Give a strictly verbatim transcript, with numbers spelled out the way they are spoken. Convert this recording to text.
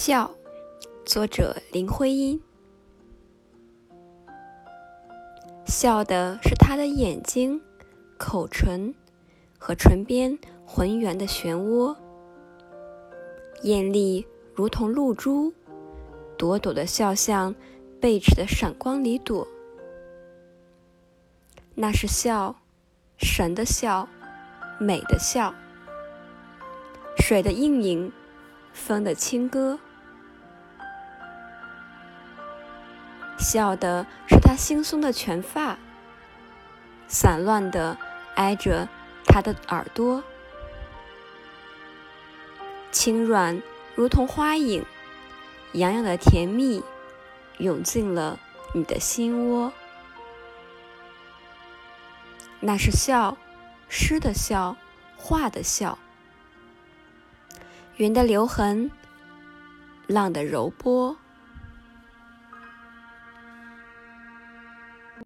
笑，作者林徽因。笑的是他的眼睛、口唇和唇边浑圆的漩涡，艳丽如同露珠，朵朵的笑向贝齿的闪光里躲。那是笑，神的笑，美的笑，水的映影，风的轻歌。笑的是他惺忪的拳发，散乱地挨着他的耳朵，轻软如同花影，洋洋的甜蜜涌进了你的心窝。那是笑，诗的笑，画的笑，云的留痕，浪的柔波。